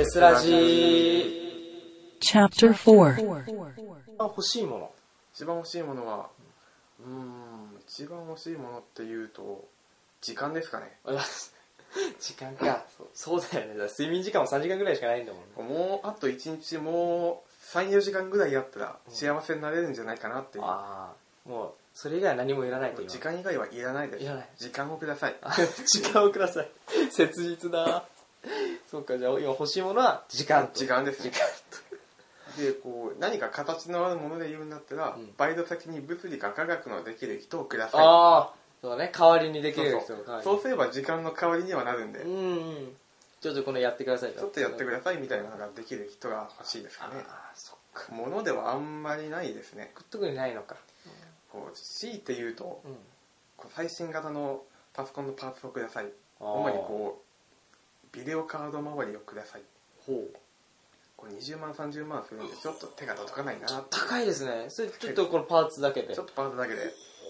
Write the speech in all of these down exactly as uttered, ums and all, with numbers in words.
デスラジー チャプターフォー。欲しいもの、 一番欲しいものはうーん一番欲しいものっていうと時間ですかね。 時間か。そう、そうだよね。だ睡眠時間もさんじかんぐらいしかないんだもんね。 もうあといちにちもうさん、よじかんぐらいやったら幸せになれるんじゃないかなっていう、うん、 ああ、もうそれ以外は何もいらないという。 時間以外はいらないです。 いらない。 時間をください。 時間をください。切実だ。そうか、じゃあ今欲しいものは時間と。 時間ですね。 時間とでこう何か形のあるもので言うんだったら、うん、バイト先に物理か科学のできる人をください。 ああ、そうね、代わりにできる人を。 そうそう、そうすれば時間の代わりにはなるんで、 うんうん、ちょっとこのやってください。 ちょっとやってくださいみたいなのができる人が欲しいですかね。 ああ、そっか。 ものではあんまりないですね。 特にないのか。 こう強いて言うと、うん、こう最新型のパソコンのパーツをください。主にこうビデオカード周りをください。 ほう。 こうにじゅうまんさんじゅうまんするんでちょっと手が届かないな。 高いですね。それちょっとこのパーツだけで。 ちょっとパーツだけで。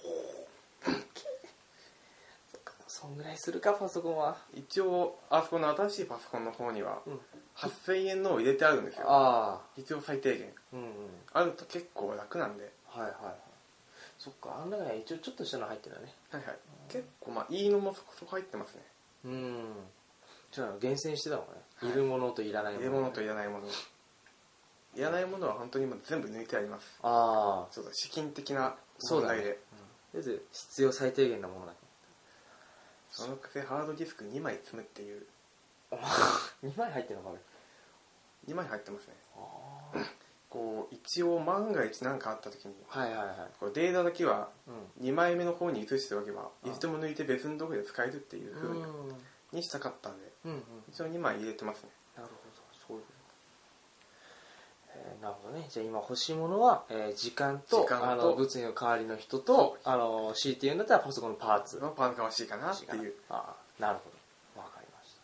そんぐらいするかパソコンは。 一応あそこの新しいパソコンの方には、うん、はっせんえんのを入れてあるんですよ。 ああ。 必要最低限、うんうん。あると結構楽なんで。 はいはいはい。そっか、あん中には一応ちょっとしたの入ってるね。 はいはい。結構まあいいのもそこそこ入ってますね。 うん。じゃあ厳選してたのね、はい。いるものといらないもの、ね。 いるものといらないもの。いらないものは本当にもう全部抜いてあります。 ああ。 ちょっと資金的な問題で。 そうだね。うん、必要最低限なものだけ。 そのくせハードディスクにまい積むっていう。 にまい入ってるのかね。 にまい入ってますね。あこう一応万が一何かあった時に、 はいはいはい、 こうデータだけはにまいめの方に移しておけば、うん、いつでも抜いて別のところで使えるっていう風に、にしたかったんで、うんうん、一応にまい入れてますね。 なるほど、そういうこと、えー、なるほどね。じゃあ今欲しいものは、えー、時間と、時間とあの物理の代わりの人と、あの 強いて言うんだったらパソコンのパーツのパーツが欲しいかなっていう。 ああ、なるほど、わかりました。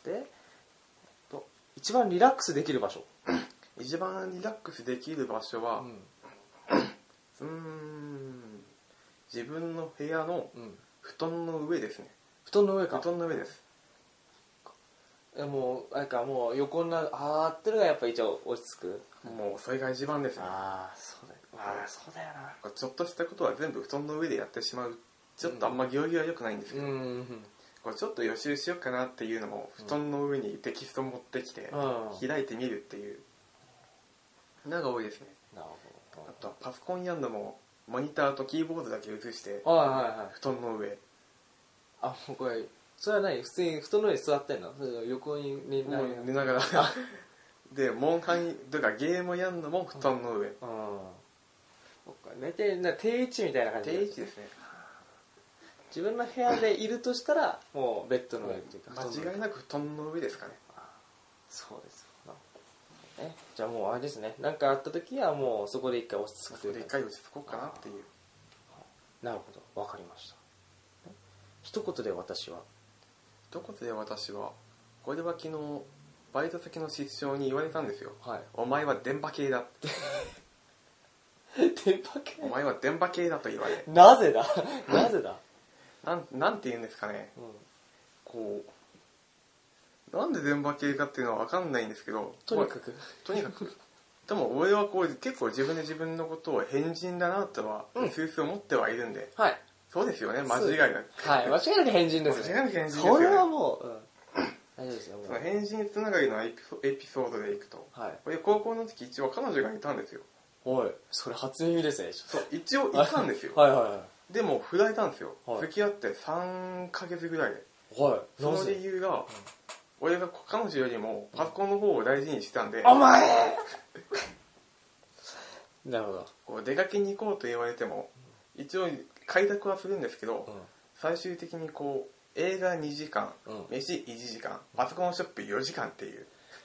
で、えっと、一番リラックスできる場所一番リラックスできる場所は、うん、うーん自分の部屋の布団の上ですね。 布団の上か。 布団の上です。 えもうあれか、もう横になるあーってのがやっぱ一応落ち着く。 もうそれが一番ですね。 ああそうだよ。ああそうだよな。 ちょっとしたことは全部布団の上でやってしまう。ちょっとあんま行儀は良くないんですけど、うんうんうん、これちょっと予習しようかなっていうのも布団の上にテキスト持ってきて、うん、開いてみるっていうのが多いですね。 なるほど。 あとはパソコンやるのもモニターとキーボードだけ映して、 はいはいはい、 布団の上。 あ、もうこれそれは何、普通に布団の上に座ってんの？それ横に寝ながら。 寝ながらでモンハンとかゲームやるのも布団の上。うん。うん、 そっか、寝てな定位置みたいな感じ。 定位置ですね。 自分の部屋でいるとしたらもうベッドの上っていうか間違いなく布団の上ですかね。 あ、そうです。えじゃあもうあれですね、何かあった時はもうそこで一回落ち着くというか、 そこで一回落ち着こうかなっていう。 なるほど、わかりました。一言で私は一言で私はこれは昨日バイト先の室長に言われたんですよ、はい、お前は電波系だって電波系、 お前は電波系だと言われなぜだなぜだなん、なんて言うんですかね、うん、こうなんで電波系かっていうのは分かんないんですけど、 とにかくとにかくでも俺はこう結構自分で自分のことを変人だなとはうすうす思ってはいるんで、 はい、 そうですよね、間違いなく、 はい、間違いなく変人ですね。 間違いなく変人ですよね。 それはもう、うん、大丈夫ですよ。 その変人つながりのエピソ、エピソードでいくと、はい、これ高校の時一応彼女がいたんですよ。 おい、それ初耳ですね。 そう、一応いたんですよ。 はいはいはい。 でも振られたんですよ、 はい、 付き合ってさんかげつぐらいで。 はい。 その理由が、うん、俺が彼女よりもパソコンの方を大事にしてたんで、 お前なるほど。 こう出かけに行こうと言われても、一応開拓はするんですけど、うん、最終的にこう映画にじかん、うん、飯いちじかん、パソコンショップよじかんっていう。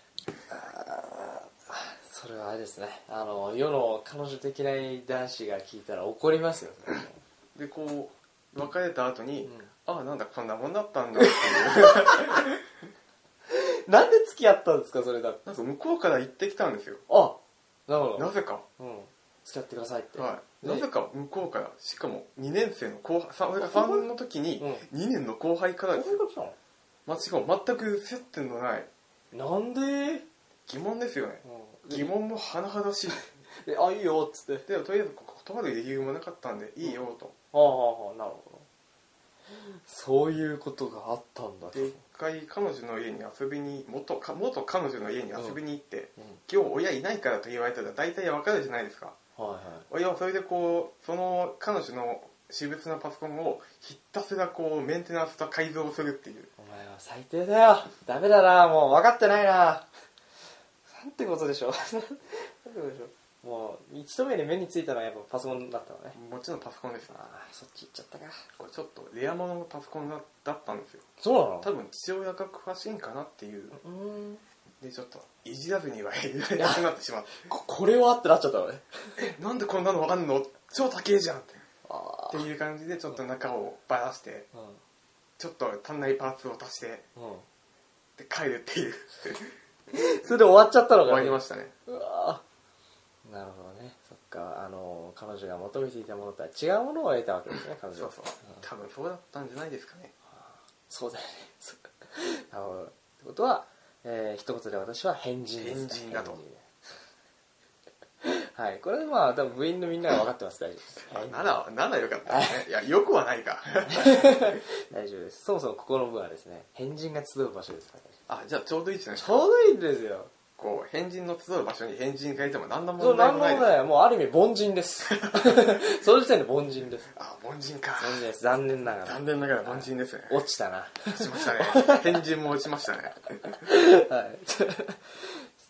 それはあれですね、あの世の彼女的な男子が聞いたら怒りますよね。 でこう別れた後に、うん、ああなんだこんなもんだったんだっていうなんで付き合ったんですかそれだって。 なんか向こうから言ってきたんですよ。 あ、なるほど。 なぜか、 うん、付き合ってくださいって、 はい、ね、なぜか向こうから、しかもにねん生の後輩、俺がさんの時ににねんの後輩からですよ。間違う、全く接点のないなんで疑問ですよね、うん、疑問も甚だしいで、あ、いいよっつって。 でもとりあえず断る理由もなかったんで、いいよと。 ああ、なるほど。そういうことがあったんだ。 で、一回彼女の家に遊びに、元、元彼女の家に遊びに行って、 うんうん、 今日親いないからと言われたら大体わかるじゃないですか。 はいはい。 親はそれでこう、その彼女の私物なパソコンをひたすらこう、メンテナンスと改造するっていう。 お前は最低だよ。ダメだな、もう分かってないな。なんてことでしょ。なんてことでしょ。もう一目で目についたのはやっぱパソコンだったのね。 もちろんパソコンです。 ああ、そっち行っちゃったか。 これちょっとレアもののパソコンだったんですよ。 そうなの？ 多分父親が詳しいんかなっていう。 うーん。 でちょっといじらずにはいられなくなってしまって。 こ, これはってなっちゃったのね。 え、なんでこんなのわかんの？超高えじゃんって。 あっていう感じでちょっと中をばらして、うん、ちょっと足んないパーツを足して、うん、で帰るっていう。 それで終わっちゃったのか。 終わりましたね。 うわなるほどね。そっか、あの彼女が求めていたものとは違うものを得たわけですね、彼女は。 そうそう、うん、多分そうだったんじゃないですかね。 そうだよね。なるほど。ってことは、えー、一言で私は変人です。 変人だと。 はい、これでまあ多分部員のみんなが分かってます。大丈夫です。 ならならよかったね。いやよくはないか。 大丈夫です。そもそもここの部はですね、変人が集う場所ですから。 あ、じゃあちょうどいいですね。 ちょうどいいんですよ。 こう変人の集う場所に変人がいても何の問題もないです。 そう、何の問題もない。もうある意味凡人です。その時点で凡人です。 あ、凡人か。 凡人です。残念ながら。 残念ながら凡人ですね。 落ちたな。 落ちましたね。変人も落ちましたね。 はい。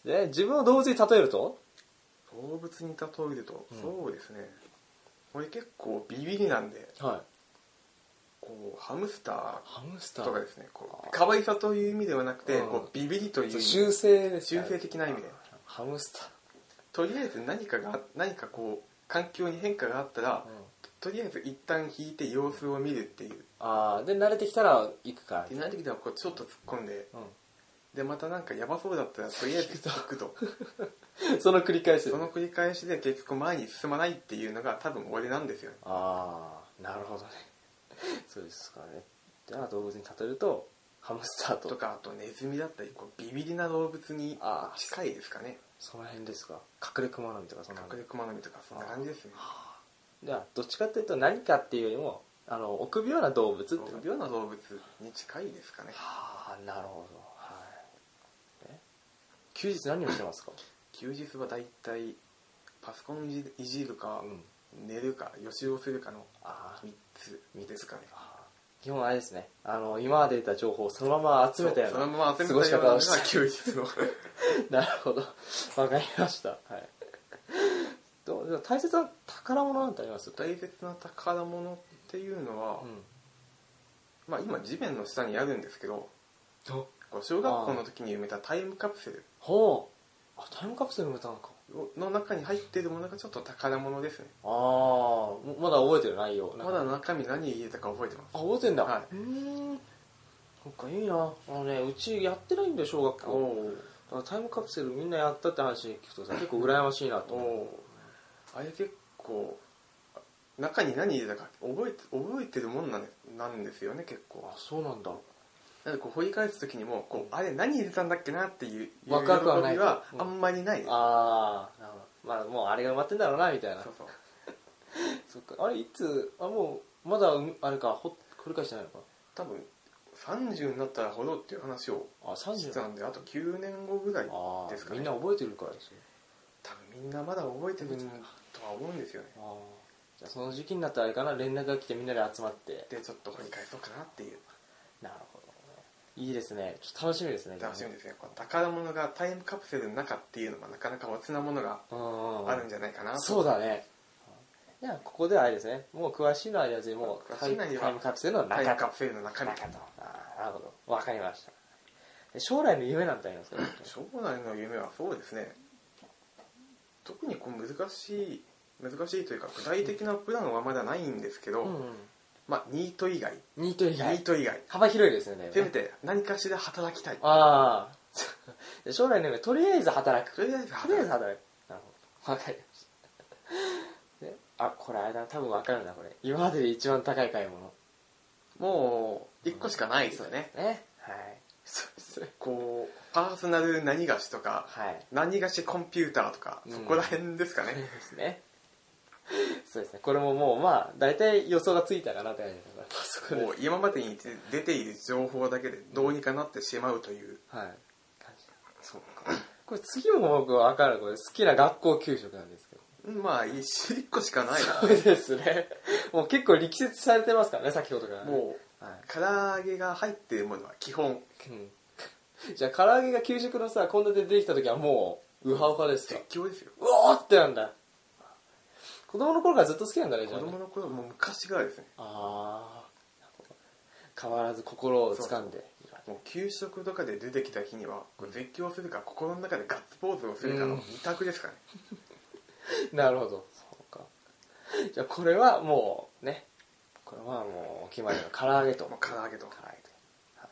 で、自分を動物に例えると？ 動物に例えると、うん、そうですね。これ結構ビビりなんで。はい。こうハムスターとかですね、こう可愛さという意味ではなくて、こうビビりという修正です、 修正的な意味でハムスターとりあえず何かが何かこう環境に変化があったら、うん、とりあえず一旦引いて様子を見るっていう。 ああ、で慣れてきたら行くか。 で慣れてきたらこうちょっと突っ込んで、うん、でまたなんかヤバそうだったらとりあえず引くとその繰り返しその繰り返しで結局前に進まないっていうのが多分俺なんですよね。 ああ、なるほどね。そうですかね。じゃあ動物に例えるとハムスターととか、あとネズミだったりこうビビりな動物に近いですかね。 その辺ですか。隠れクマノミとかそんな隠れクマノミとかそんな感じですね。 じゃあどっちかっていうと何かっていうよりもあの臆病な動物って臆病な動物に近いですかね。 はあ、なるほど。はい。え休日何をしてますか？ 休日はだいたいパソコンいじるか、うん、寝るか予習をするかのみっつですかね。 基本あれですね、あの今まで得た情報をそのまま集めたようなそのまま集めたようなのが休日のなるほど、わかりました。はい。どう大切な宝物なんてあります？ 大切な宝物っていうのは、うん、まあ今地面の下にあるんですけど、小学校の時に埋めたタイムカプセル。 ほう。あ、タイムカプセル埋めたのか。 の中に入っているものがちょっと宝物ですね。 ああ、まだ覚えてる内容。 まだ中身何入れたか覚えてます。 あ、覚えてんだ。 はい。 うん。そっか、いいな。あのね、うちやってないんだよ、小学校。だからタイムカプセルみんなやったって話聞くとさ、結構羨ましいなと思う。 あれ結構中に何入れたか覚えて覚えてるもんなんで、なんですよね、結構。 あ、そうなんだ。 なんでこう掘り返す時にもこうあれ何入れたんだっけなっていうワクワクはない。 はあんまりないです。 ああ、なるほど。まあもうあれが埋まってんだろうなみたいな。 そうそう。 そっか。あれいつあもうまだあれか掘り返してないのか。 多分さんじゅうになったら掘ろうっていう話をしてたんで、あときゅうねんごぐらいですかね。 みんな覚えてるからですよ。 多分みんなまだ覚えてるとは思うんですよね。 あじゃあその時期になったらあれかな、連絡が来てみんなで集まってでちょっと掘り返そうかなっていう。 なるほど。いいですね。ちょっと楽しみですね。 楽しみですね。この宝物がタイムカプセルの中っていうのがなかなかおつなものがあるんじゃないかなと。 そうだね。じゃあここではあれですね。もう詳しいのはやつにもうタイムカプセルの中。 タイムカプセルの中身。 ああ、なるほど。わかりました。将来の夢なんてありますか？ 将来の夢はそうですね。特にこう難しい難しいというか具体的なプランはまだないんですけど。うんうん、まあ、ニート以外。 ニート以外。 ニート以外。 幅広いですよね。 せめて何かしら働きたい。 ああ。将来の夢、とりあえず働く。 とりあえず働く。 とりあえず働く。なるほど。わかりました。で、あ、これあれだ、多分わかるな、これ。今までで一番高い買い物。 もう、一個しかないですよね。 うん、ね。はい。 そうですね。 こうパーソナル何がしとか、 はい、 何がしコンピューターとか、うん、そこら辺ですかね。 ですね。そうですね。これももうまあ大体予想がついたかなって感じですか。もう今までに出ている情報だけでどうにかなってしまうという、 うん、はい。そうか。これ次も僕分かる。これ好きな学校給食なんですけど。 まあ一個しかないな。 そうですね。もう結構力説されてますからね、先ほどから、ね。 もう、はい、唐揚げが入っているものは基本。 うんじゃあ唐揚げが給食のさ、献立で出てきた時はもうウハウハですか？ 絶叫ですよ。 うおーってなんだ。子供の頃からずっと好きなんだね、じゃあ、ね。 子供の頃もう昔からですね。 ああ。変わらず心を掴んで。 もう給食とかで出てきた日には、こう絶叫するか心の中でガッツポーズをするかの二択ですかね。 なるほど。そうか。じゃあこれはもうね、これはもうお決まりの唐揚げと。 もう唐揚げと。 唐揚げと。はい。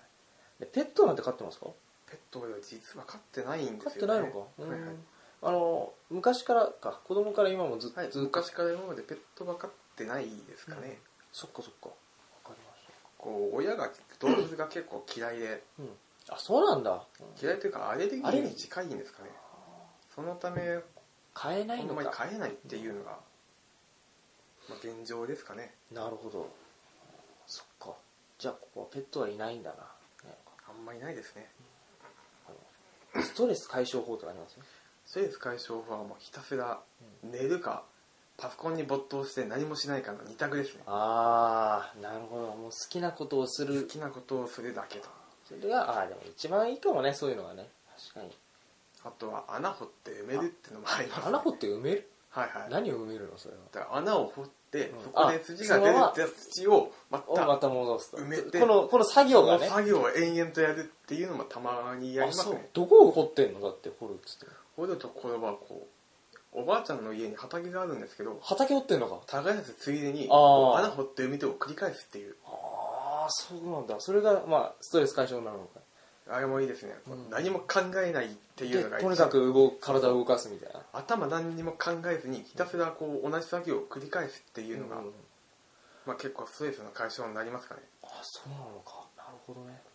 でペットなんて飼ってますか？ ペットは実は飼ってないんですよね。 飼ってないのか。 はいはい。 あの昔からか子供から今もずっと、 はい、昔から今までペットは飼ってないですかね。うん、 そっかそっか。わかりました。 こう親が動物が結構嫌いで、 うん、あそうなんだ、うん、 嫌いというかアレルギーに近いんですかね。そのため飼えないのか、 あんまり飼えないっていうのが、まあ、現状ですかね。 なるほど。そっか。じゃあここはペットはいないんだな、ね、 あんまりないですね。 うん、ストレス解消法とかありますね。 ストレス解消法はもうひたすら寝るか、パソコンに没頭して何もしないかの二択ですね。 ああ、なるほど。もう好きなことをする。 好きなことをするだけと。 それが、ああ、でも一番いいかもね、そういうのがね。確かに。 あとは穴掘って埋めるっていうのもありますね。 穴掘って埋める？ はいはい。 何を埋めるのそれは。 だから穴を掘って、うん、そこで土が出るって土をまたまた戻すと。 埋めて、 この、この作業がね。 この作業を延々とやるっていうのもたまにやりますね。 あ、そう。どこを掘ってんのだって掘るっつって。 掘るとこれはこう、おばあちゃんの家に畑があるんですけど、 畑掘ってんのか。 耕すついでに穴掘って埋めてを繰り返すっていう。 ああ、そうなんだ。それがまあストレス解消になるのか。 あれもいいですね、うん、何も考えないっていうのがいい。 とにかく動く、体を動かすみたいな。 頭何にも考えずにひたすらこう同じ作業を繰り返すっていうのが、うん、まあ、結構ストレスの解消になりますかね。 あ、そうなのか。なるほどね。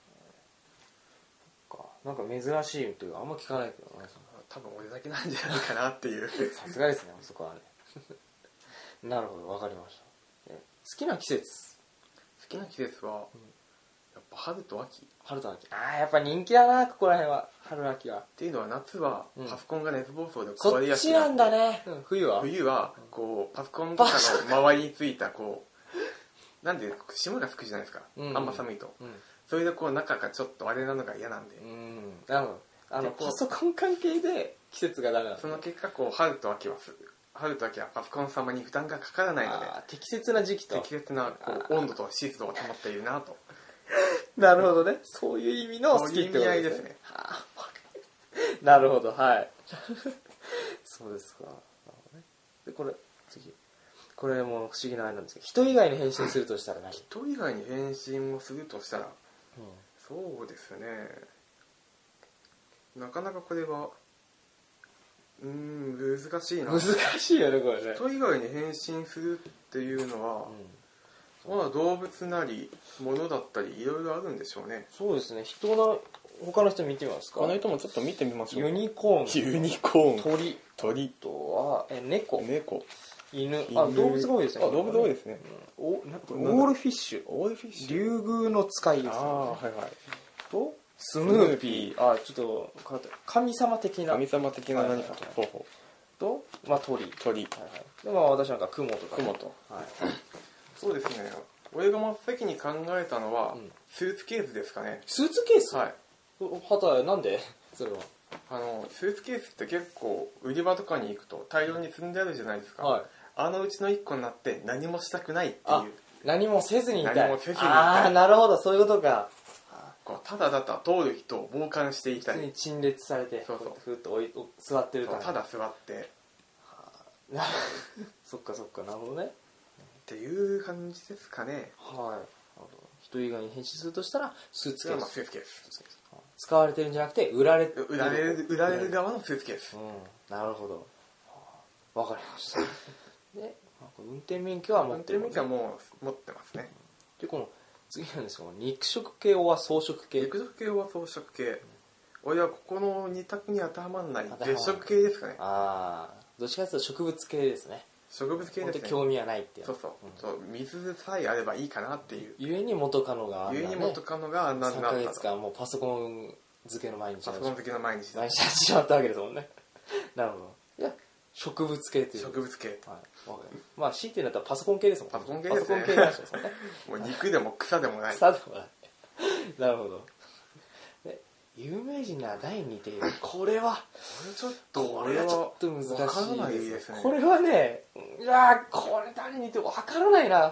なんか珍しいというかあんま聞かないけどね。 多分俺だけなんじゃないかなっていうさすがですね、そこはね。なるほど、わかりました。好きな季節。 好きな季節は、うん、やっぱ春と秋。 春と秋。ああ、やっぱ人気だな、ここら辺は。春秋は。 っていうのは夏はパソコンが熱暴走で壊れやすい。そっちなんだね。うん、冬は冬はこうパソコンとかの周りについたこうなんで霜がつくじゃないですか。うん、あんま寒いと。うん、それでこう中がちょっとあれなのが嫌なんで。うん。 なるほど。あのパソコン関係で季節がダメなんだ。 その結果こう春と秋は春と秋はパソコン様に負担がかからないので、 適切な時期と適切なこう温度と湿度が保っているなと。 なるほどね。そういう意味の好きってことですね。そういう意味合いですね。なるほど、はい。そうですか。なるほどね。でこれ次。これも不思議なあれなんですけど、人以外に変身するとしたら何？ 人以外に変身をするとしたら、うん、そうですね。なかなかこれはうーん難しいな。 難しいよねこれね。 人以外に変身するっていうのは、うん、まあ動物なり物だったりいろいろあるんでしょうね。 そうですね。人の他の人見てみますか。 他の人もちょっと見てみましょう。 ユニコーン。 ユニコーン。 鳥。 鳥とはえ猫。 猫。 犬。あ、動物が多いですね。 あ、動物多いですね。 うん、お、なんかオールフィッシュ。 オールフィッシュ。 竜宮の使いですね。 ああ、はいはい。 とスヌーピー。あ、ちょっと変わった。神様的な。 神様的な何かと。ほうほう。と、まあ鳥。 鳥。 はいはい。でまあ私なんか雲とか、 ね。雲と。 はい。 そうですね。俺が真っ先に考えたのは、うん、スーツケースですかね。 スーツケース？ はい。 はたなんでそれは。 あのスーツケースって結構売り場とかに行くと大量に積んであるじゃないですか。 はい。 あのうちの一個になって何もしたくないっていう。 何もせずにいたい。 何もせずにいたい。 ああ、なるほど、そういうことか。 こうただただ通る人を傍観していたい。 普通に陳列されて、 そうそう。 ふっと座ってるから。 ただ座って。 はあ、そっかそっか、なるほどね。 っていう感じですかね。 はい。人以外に変身するとしたらスーツケース。 スーツケース。 使われてるんじゃなくて売られ売られる売られる側のスーツケース。 うん、なるほど。わかりました。で、運転免許は持ってる、 運転免許はもう持ってますね。 でこの次なんですけど、肉食系は草食系。 肉食系は草食系。うん、俺はここのに択に当てはまらない絶食系ですかね。 ああ、どっちかというと植物系ですね。 植物系ですね。 本当興味はないっていう。 そうそう。うん、そう水さえあればいいかなっていう。 ゆえに元カノがあんな、ね、 ゆえに元カノがあんなになった。 さんかげつかんもうパソコン漬けの毎日。 パソコン漬けの毎日。 毎日やってしまったわけですもんね。なるほど。いや、植物系っていう。 植物系。はい。 まあ、強いて言うんだったらパソコン系ですもんね。 パソコン系ですね。 パソコン系なんですよね。 もう肉でも草でもない。 草でもない。なるほど。有名人なだいにている。これは、 これちょっと、 これはちょっと難しいです。 わからないですね。 これはね、いやこれ誰に似てわからないな。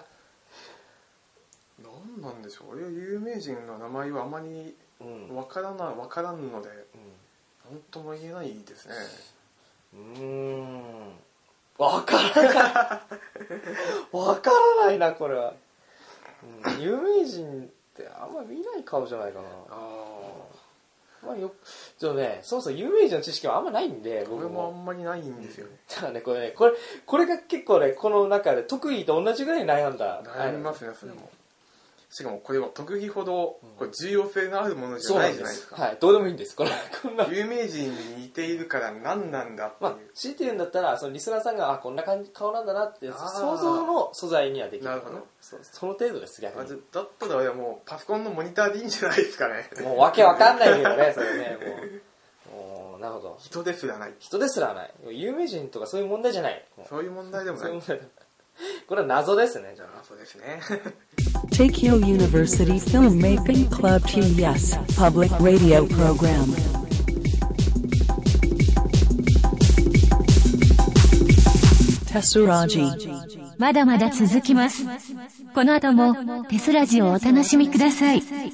なんなんでしょう。俺は有名人の名前はあまりわからない、わからんので、うん、なんとも言えないですね。 うーん。わからない。わからないな、これは。うん、有名人ってあんま見ない顔じゃないかな。あまあよちょっとね、そうそう有名人の知識はあんまないんで、 僕もあんまりないんですよね。 だからね、これね、これ、これが結構ね、この中で得意と同じぐらい悩んだ。 悩みますね、それも。しかもこれは特技ほどこれ重要性のあるものじゃないじゃないですか。 はい、どうでもいいんです。これこんな有名人に似ているから何なんだっていう。まあ、 強いて言うんだったら、そのリスナーさんがあこんな感じ顔なんだなって想像の素材にはできる。 なるほど。 そ, その程度です逆に。 だったら俺はもうパソコンのモニターでいいんじゃないですかね。 もうわけわかんないけどね、それねもう。もうなるほど。 人ですらない。 人ですらない。有名人とかそういう問題じゃない。 そういう問題でもない。 これは謎ですね。じゃあ謎ですね。 Tokyo University Filmmaking Club ティーエス Public Radio Program. Tesuraji. まだまだ続きます。この後もテスラジをお楽しみください。